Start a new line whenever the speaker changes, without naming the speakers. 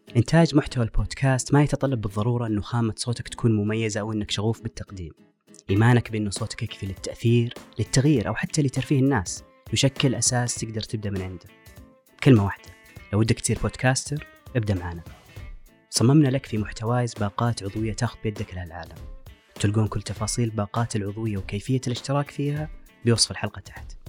إنتاج محتوى البودكاست ما يتطلب بالضرورة أنه خامة صوتك تكون مميزة أو أنك شغوف بالتقديم. إيمانك بأنه صوتك يكفي للتأثير، للتغيير أو حتى لترفيه الناس يشكل أساس تقدر تبدأ من عنده. كلمة واحدة، لو ودك تصير بودكاستر ابدأ معنا. صممنا لك في محتوايز باقات عضوية تاخذ بيدك لهالعالم. تلقون كل تفاصيل باقات العضوية وكيفية الاشتراك فيها بوصف الحلقة تحت.